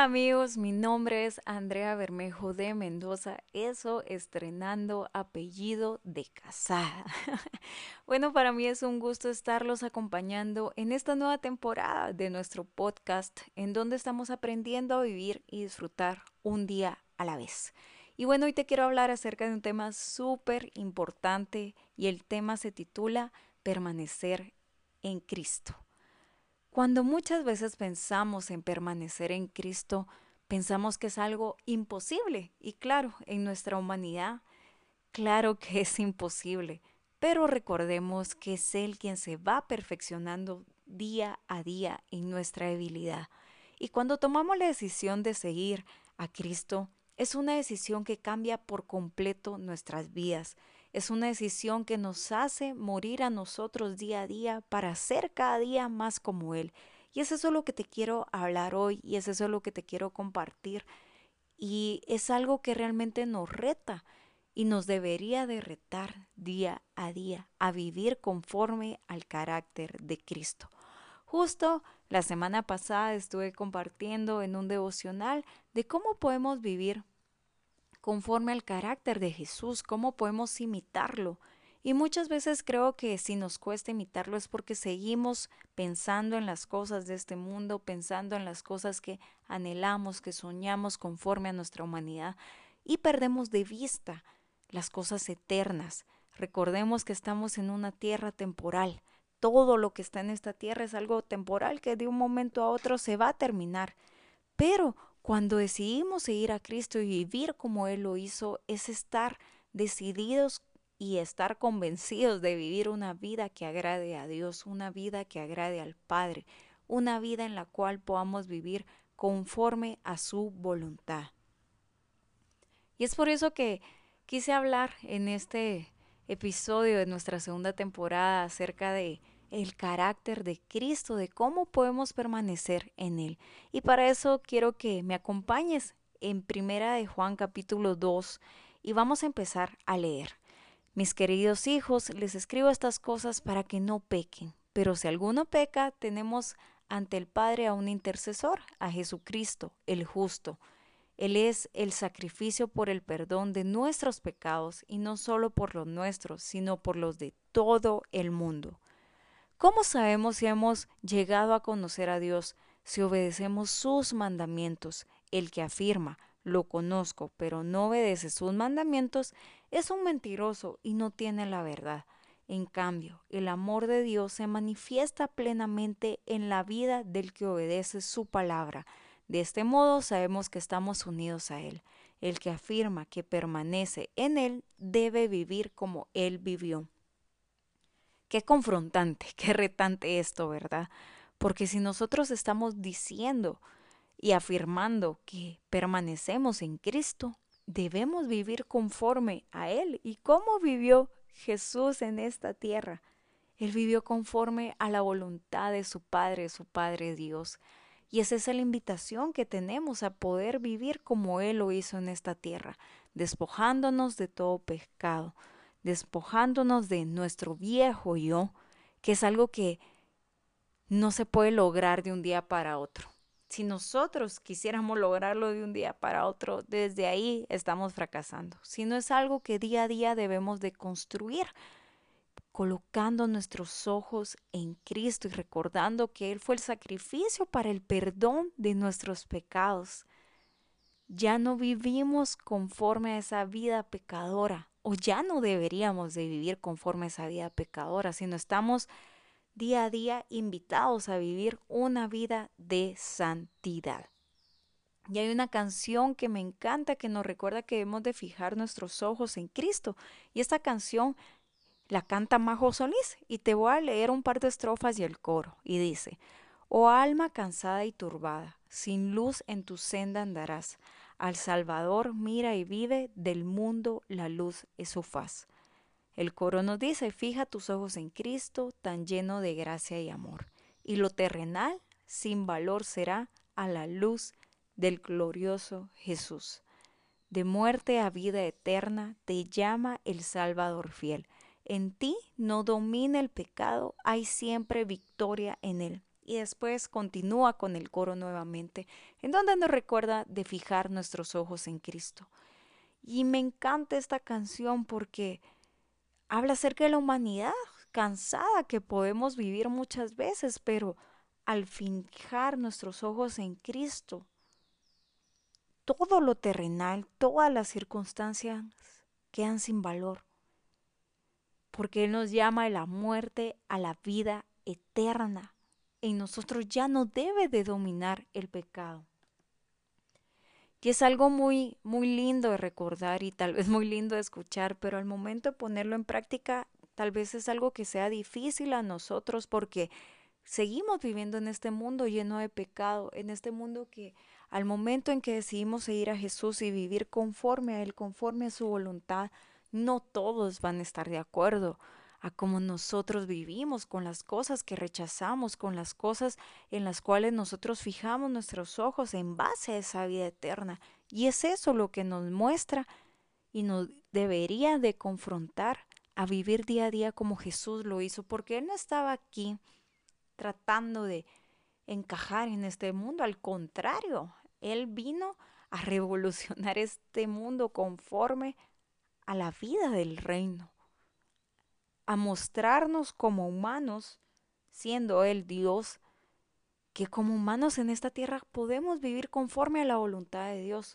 Hola amigos, mi nombre es Andrea Bermejo de Mendoza, eso estrenando apellido de casada. Bueno, para mí es un gusto estarlos acompañando en esta nueva temporada de nuestro podcast, en donde estamos aprendiendo a vivir y disfrutar un día a la vez. Y bueno, hoy te quiero hablar acerca de un tema súper importante y el tema se titula Permanecer en Cristo. Cuando muchas veces pensamos en permanecer en Cristo, pensamos que es algo imposible. Y claro, en nuestra humanidad, claro que es imposible. Pero recordemos que es Él quien se va perfeccionando día a día en nuestra debilidad. Y cuando tomamos la decisión de seguir a Cristo, es una decisión que cambia por completo nuestras vidas. Es una decisión que nos hace morir a nosotros día a día para ser cada día más como Él. Y es eso lo que te quiero hablar hoy y es eso lo que te quiero compartir. Y es algo que realmente nos reta y nos debería de retar día a día a vivir conforme al carácter de Cristo. Justo la semana pasada estuve compartiendo en un devocional de cómo podemos vivir conforme al carácter de Jesús, cómo podemos imitarlo. Y muchas veces creo que si nos cuesta imitarlo es porque seguimos pensando en las cosas de este mundo, pensando en las cosas que anhelamos, que soñamos conforme a nuestra humanidad y perdemos de vista las cosas eternas. Recordemos que estamos en una tierra temporal. Todo lo que está en esta tierra es algo temporal que de un momento a otro se va a terminar. Pero cuando decidimos seguir a Cristo y vivir como Él lo hizo, es estar decididos y estar convencidos de vivir una vida que agrade a Dios, una vida que agrade al Padre, una vida en la cual podamos vivir conforme a su voluntad. Y es por eso que quise hablar en este episodio de nuestra segunda temporada acerca de el carácter de Cristo, de cómo podemos permanecer en Él. Y para eso quiero que me acompañes en Primera de Juan capítulo 2 y vamos a empezar a leer. Mis queridos hijos, les escribo estas cosas para que no pequen, pero si alguno peca, tenemos ante el Padre a un intercesor, a Jesucristo, el justo. Él es el sacrificio por el perdón de nuestros pecados y no solo por los nuestros, sino por los de todo el mundo. ¿Cómo sabemos si hemos llegado a conocer a Dios? Si obedecemos sus mandamientos. El que afirma, lo conozco, pero no obedece sus mandamientos, es un mentiroso y no tiene la verdad. En cambio, el amor de Dios se manifiesta plenamente en la vida del que obedece su palabra. De este modo sabemos que estamos unidos a Él. El que afirma que permanece en Él debe vivir como Él vivió. Qué confrontante, qué retante esto, ¿verdad? Porque si nosotros estamos diciendo y afirmando que permanecemos en Cristo, debemos vivir conforme a Él. ¿Y cómo vivió Jesús en esta tierra? Él vivió conforme a la voluntad de su Padre Dios. Y esa es la invitación que tenemos a poder vivir como Él lo hizo en esta tierra, despojándonos de todo pecado, despojándonos de nuestro viejo yo, que es algo que no se puede lograr de un día para otro. Si nosotros quisiéramos lograrlo de un día para otro, desde ahí estamos fracasando. Si no es algo que día a día debemos de construir, colocando nuestros ojos en Cristo y recordando que Él fue el sacrificio para el perdón de nuestros pecados. Ya no vivimos conforme a esa vida pecadora, o ya no deberíamos de vivir conforme a esa vida pecadora, sino estamos día a día invitados a vivir una vida de santidad. Y hay una canción que me encanta que nos recuerda que debemos de fijar nuestros ojos en Cristo. Y esta canción la canta Majo Solís y te voy a leer un par de estrofas y el coro. Y dice, oh alma cansada y turbada, sin luz en tu senda andarás. Al Salvador mira y vive, del mundo la luz es su faz. El coro nos dice, fija tus ojos en Cristo, tan lleno de gracia y amor. Y lo terrenal sin valor será a la luz del glorioso Jesús. De muerte a vida eterna te llama el Salvador fiel. En ti no domina el pecado, hay siempre victoria en él. Y después continúa con el coro nuevamente, en donde nos recuerda de fijar nuestros ojos en Cristo. Y me encanta esta canción porque habla acerca de la humanidad cansada que podemos vivir muchas veces, pero al fijar nuestros ojos en Cristo, todo lo terrenal, todas las circunstancias quedan sin valor, porque Él nos llama de la muerte a la vida eterna. En nosotros ya no debe de dominar el pecado. Y es algo muy, muy lindo de recordar y tal vez muy lindo de escuchar, pero al momento de ponerlo en práctica, tal vez es algo que sea difícil a nosotros porque seguimos viviendo en este mundo lleno de pecado, en este mundo que al momento en que decidimos seguir a Jesús y vivir conforme a Él, conforme a su voluntad, no todos van a estar de acuerdo a cómo nosotros vivimos, con las cosas que rechazamos, con las cosas en las cuales nosotros fijamos nuestros ojos en base a esa vida eterna. Y es eso lo que nos muestra y nos debería de confrontar a vivir día a día como Jesús lo hizo, porque Él no estaba aquí tratando de encajar en este mundo, al contrario, Él vino a revolucionar este mundo conforme a la vida del reino, a mostrarnos como humanos, siendo Él Dios, que como humanos en esta tierra podemos vivir conforme a la voluntad de Dios.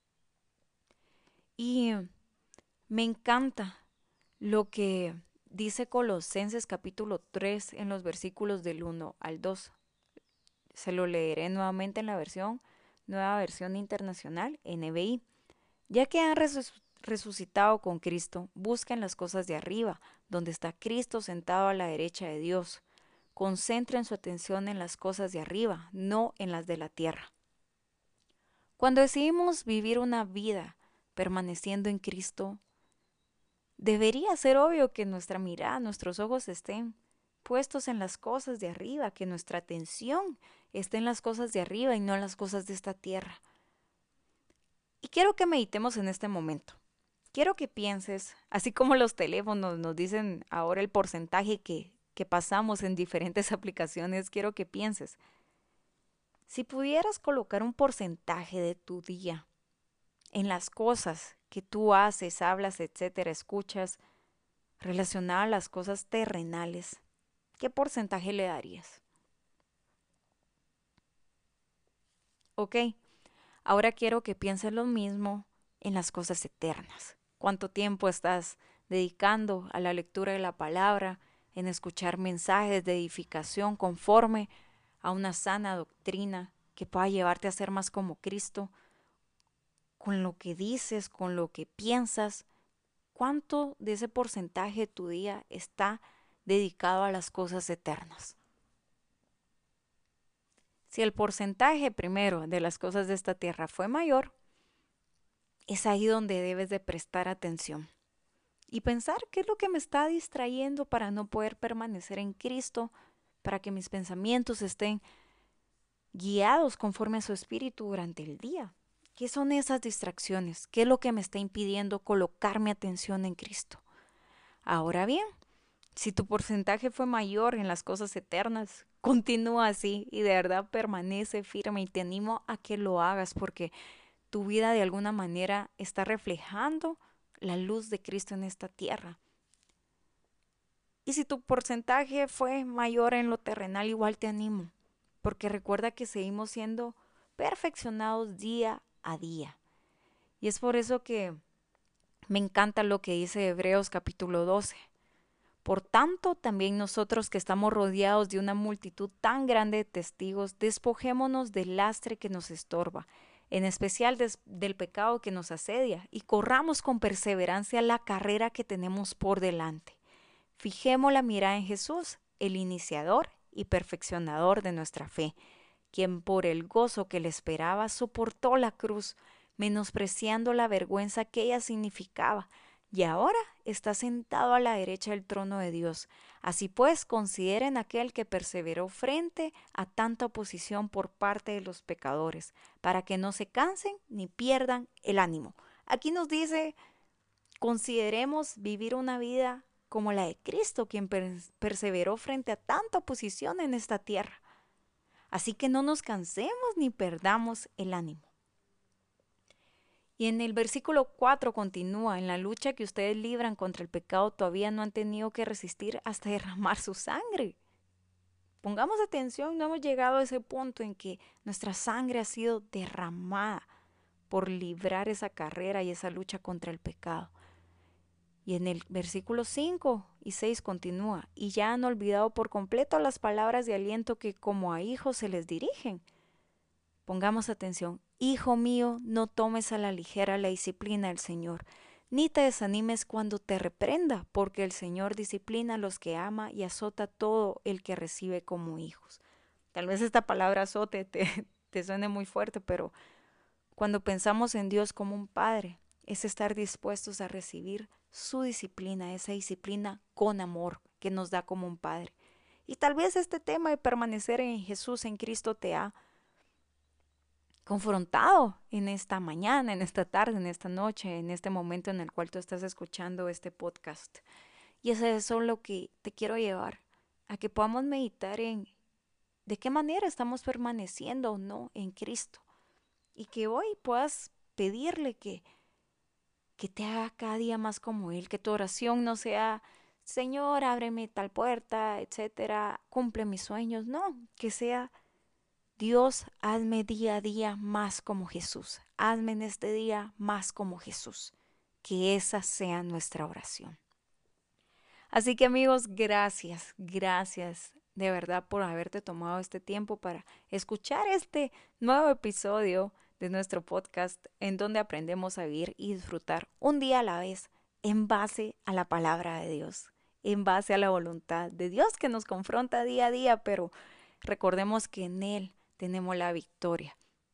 Y me encanta lo que dice Colosenses capítulo 3 en los versículos del 1 al 2. Se lo leeré nuevamente en la nueva versión internacional, NBI. Ya que han resucitado con Cristo, busquen las cosas de arriba, donde está Cristo sentado a la derecha de Dios. Concentren su atención en las cosas de arriba, no en las de la tierra. Cuando decidimos vivir una vida permaneciendo en Cristo, debería ser obvio que nuestra mirada, nuestros ojos estén puestos en las cosas de arriba, que nuestra atención esté en las cosas de arriba y no en las cosas de esta tierra. Y quiero que meditemos en este momento. Quiero que pienses, así como los teléfonos nos dicen ahora el porcentaje que pasamos en diferentes aplicaciones, quiero que pienses, si pudieras colocar un porcentaje de tu día en las cosas que tú haces, hablas, etcétera, escuchas, relacionadas a las cosas terrenales, ¿qué porcentaje le darías? Ok, ahora quiero que pienses lo mismo en las cosas eternas. ¿Cuánto tiempo estás dedicando a la lectura de la palabra, en escuchar mensajes de edificación conforme a una sana doctrina que pueda llevarte a ser más como Cristo? Con lo que dices, con lo que piensas, ¿cuánto de ese porcentaje de tu día está dedicado a las cosas eternas? Si el porcentaje primero de las cosas de esta tierra fue mayor, es ahí donde debes de prestar atención y pensar qué es lo que me está distrayendo para no poder permanecer en Cristo, para que mis pensamientos estén guiados conforme a su espíritu durante el día. ¿Qué son esas distracciones? ¿Qué es lo que me está impidiendo colocar mi atención en Cristo? Ahora bien, si tu porcentaje fue mayor en las cosas eternas, continúa así y de verdad permanece firme y te animo a que lo hagas porque tu vida de alguna manera está reflejando la luz de Cristo en esta tierra. Y si tu porcentaje fue mayor en lo terrenal, igual te animo, porque recuerda que seguimos siendo perfeccionados día a día. Y es por eso que me encanta lo que dice Hebreos capítulo 12. Por tanto, también nosotros que estamos rodeados de una multitud tan grande de testigos, despojémonos del lastre que nos estorba, en especial del pecado que nos asedia, y corramos con perseverancia la carrera que tenemos por delante. Fijemos la mirada en Jesús, el iniciador y perfeccionador de nuestra fe, quien por el gozo que le esperaba soportó la cruz, menospreciando la vergüenza que ella significaba, y ahora está sentado a la derecha del trono de Dios. Así pues, consideren aquel que perseveró frente a tanta oposición por parte de los pecadores, para que no se cansen ni pierdan el ánimo. Aquí nos dice, consideremos vivir una vida como la de Cristo, quien perseveró frente a tanta oposición en esta tierra. Así que no nos cansemos ni perdamos el ánimo. Y en el versículo 4 continúa, en la lucha que ustedes libran contra el pecado todavía no han tenido que resistir hasta derramar su sangre. Pongamos atención, no hemos llegado a ese punto en que nuestra sangre ha sido derramada por librar esa carrera y esa lucha contra el pecado. Y en el versículo 5 y 6 continúa, y ya han olvidado por completo las palabras de aliento que como a hijos se les dirigen. Pongamos atención, hijo mío, no tomes a la ligera la disciplina del Señor, ni te desanimes cuando te reprenda, porque el Señor disciplina a los que ama y azota a todo el que recibe como hijos. Tal vez esta palabra azote te suene muy fuerte, pero cuando pensamos en Dios como un padre, es estar dispuestos a recibir su disciplina, esa disciplina con amor que nos da como un padre. Y tal vez este tema de permanecer en Jesús, en Cristo, te ha confrontado en esta mañana, en esta tarde, en esta noche, en este momento en el cual tú estás escuchando este podcast. Y es eso lo que te quiero llevar, a que podamos meditar en de qué manera estamos permaneciendo o no en Cristo. Y que hoy puedas pedirle que te haga cada día más como Él, que tu oración no sea, Señor, ábreme tal puerta, etcétera, cumple mis sueños. No, que sea, Dios, hazme día a día más como Jesús. Hazme en este día más como Jesús. Que esa sea nuestra oración. Así que amigos, gracias de verdad por haberte tomado este tiempo para escuchar este nuevo episodio de nuestro podcast en donde aprendemos a vivir y disfrutar un día a la vez en base a la palabra de Dios, en base a la voluntad de Dios que nos confronta día a día, pero recordemos que en Él tenemos la victoria,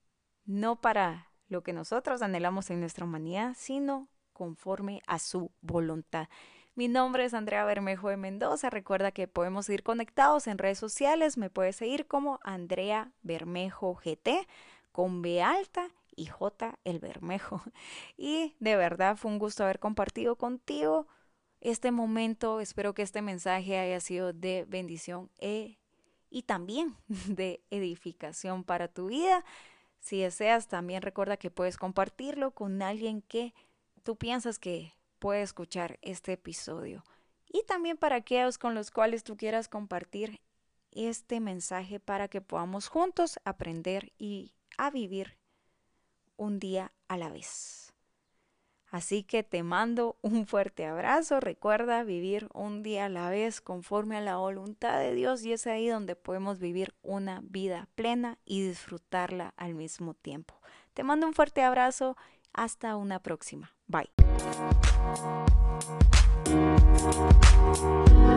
no para lo que nosotros anhelamos en nuestra humanidad, sino conforme a su voluntad. Mi nombre es Andrea Bermejo de Mendoza. Recuerda que podemos seguir conectados en redes sociales. Me puedes seguir como Andrea Bermejo GT con B alta y J el Bermejo. Y de verdad fue un gusto haber compartido contigo este momento. Espero que este mensaje haya sido de bendición y también de edificación para tu vida. Si deseas, también recuerda que puedes compartirlo con alguien que tú piensas que puede escuchar este episodio. Y también para aquellos con los cuales tú quieras compartir este mensaje para que podamos juntos aprender y a vivir un día a la vez. Así que te mando un fuerte abrazo. Recuerda vivir un día a la vez conforme a la voluntad de Dios, y es ahí donde podemos vivir una vida plena y disfrutarla al mismo tiempo. Te mando un fuerte abrazo. Hasta una próxima. Bye.